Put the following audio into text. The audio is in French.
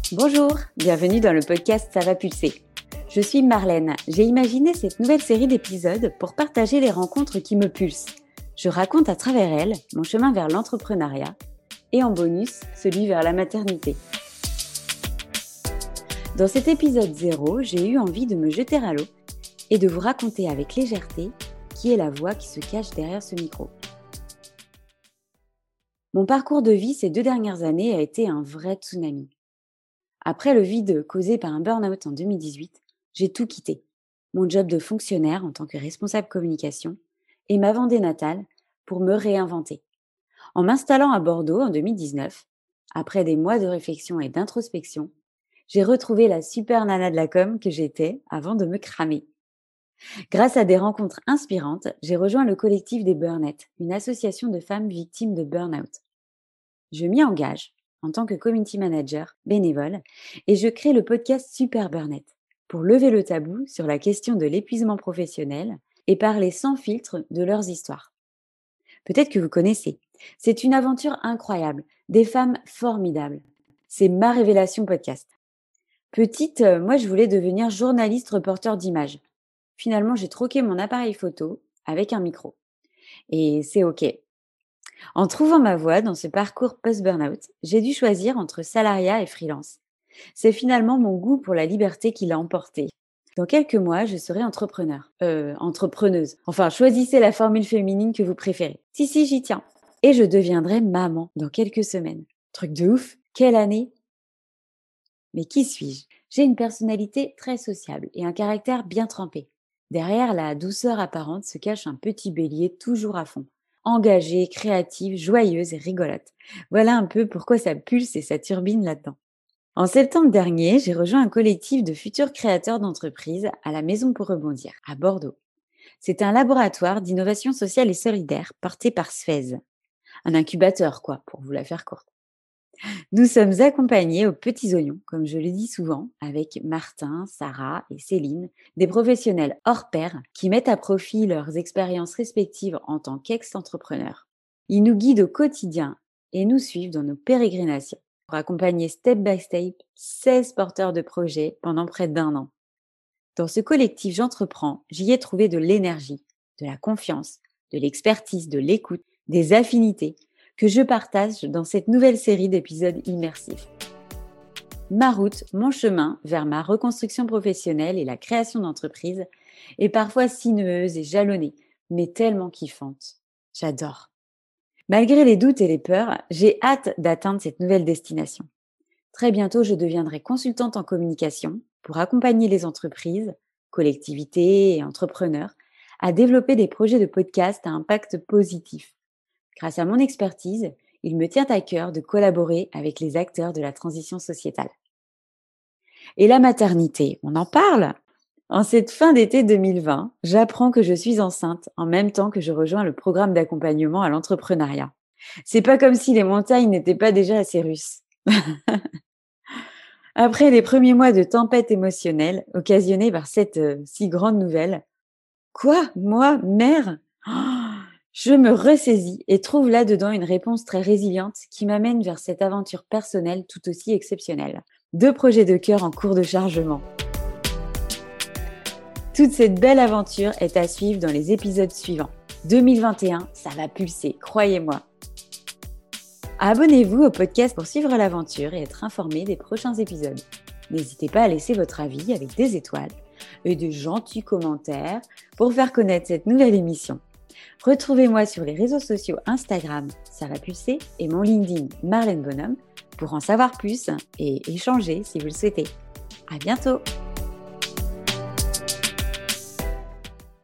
Bonjour, bienvenue dans le podcast Ça va pulser. Je suis Marlène, j'ai imaginé cette nouvelle série d'épisodes pour partager les rencontres qui me pulsent. Je raconte à travers elles mon chemin vers l'entrepreneuriat et en bonus, celui vers la maternité. Dans cet épisode 0, j'ai eu envie de me jeter à l'eau et de vous raconter avec légèreté qui est la voix qui se cache derrière ce micro. Mon parcours de vie ces 2 dernières années a été un vrai tsunami. Après le vide causé par un burn-out en 2018, j'ai tout quitté. Mon job de fonctionnaire en tant que responsable communication et ma Vendée natale pour me réinventer. En m'installant à Bordeaux en 2019, après des mois de réflexion et d'introspection, j'ai retrouvé la super nana de la com que j'étais avant de me cramer. Grâce à des rencontres inspirantes, j'ai rejoint le collectif des Burnettes, une association de femmes victimes de burn-out. Je m'y engage en tant que community manager bénévole et je crée le podcast Super Burnette pour lever le tabou sur la question de l'épuisement professionnel et parler sans filtre de leurs histoires. Peut-être que vous connaissez. C'est une aventure incroyable, des femmes formidables. C'est ma révélation podcast. Petite, moi je voulais devenir journaliste reporter d'images. Finalement, j'ai troqué mon appareil photo avec un micro. Et c'est OK. En trouvant ma voie dans ce parcours post-burnout, j'ai dû choisir entre salariat et freelance. C'est finalement mon goût pour la liberté qui l'a emporté. Dans quelques mois, je serai entrepreneuse. Enfin, choisissez la formule féminine que vous préférez. Si, j'y tiens. Et je deviendrai maman dans quelques semaines. Truc de ouf. Quelle année ? Mais qui suis-je ? J'ai une personnalité très sociable et un caractère bien trempé. Derrière la douceur apparente se cache un petit bélier toujours à fond. Engagée, créative, joyeuse et rigolote. Voilà un peu pourquoi ça pulse et ça turbine là-dedans. En septembre dernier, j'ai rejoint un collectif de futurs créateurs d'entreprises à la Maison pour rebondir, à Bordeaux. C'est un laboratoire d'innovation sociale et solidaire porté par Suez. Un incubateur, pour vous la faire courte. Nous sommes accompagnés aux petits oignons, comme je le dis souvent, avec Martin, Sarah et Céline, des professionnels hors pair qui mettent à profit leurs expériences respectives en tant qu'ex-entrepreneurs. Ils nous guident au quotidien et nous suivent dans nos pérégrinations pour accompagner step by step 16 porteurs de projets pendant près d'1 an. Dans ce collectif J'entreprends, j'y ai trouvé de l'énergie, de la confiance, de l'expertise, de l'écoute, des affinités que je partage dans cette nouvelle série d'épisodes immersifs. Ma route, mon chemin vers ma reconstruction professionnelle et la création d'entreprise est parfois sinueuse et jalonnée, mais tellement kiffante. J'adore. Malgré les doutes et les peurs, j'ai hâte d'atteindre cette nouvelle destination. Très bientôt, je deviendrai consultante en communication pour accompagner les entreprises, collectivités et entrepreneurs à développer des projets de podcast à impact positif. Grâce à mon expertise, il me tient à cœur de collaborer avec les acteurs de la transition sociétale. Et la maternité, on en parle ? En cette fin d'été 2020, j'apprends que je suis enceinte en même temps que je rejoins le programme d'accompagnement à l'entrepreneuriat. C'est pas comme si les montagnes n'étaient pas déjà assez russes. Après les premiers mois de tempête émotionnelle occasionnés par cette si grande nouvelle, quoi, moi, mère ? Je me ressaisis et trouve là-dedans une réponse très résiliente qui m'amène vers cette aventure personnelle tout aussi exceptionnelle. 2 projets de cœur en cours de chargement. Toute cette belle aventure est à suivre dans les épisodes suivants. 2021, ça va pulser, croyez-moi. Abonnez-vous au podcast pour suivre l'aventure et être informé des prochains épisodes. N'hésitez pas à laisser votre avis avec des étoiles et de gentils commentaires pour faire connaître cette nouvelle émission. Retrouvez-moi sur les réseaux sociaux Instagram, ça va pulser, et mon LinkedIn, Marlène Bonhomme, pour en savoir plus et échanger si vous le souhaitez. À bientôt!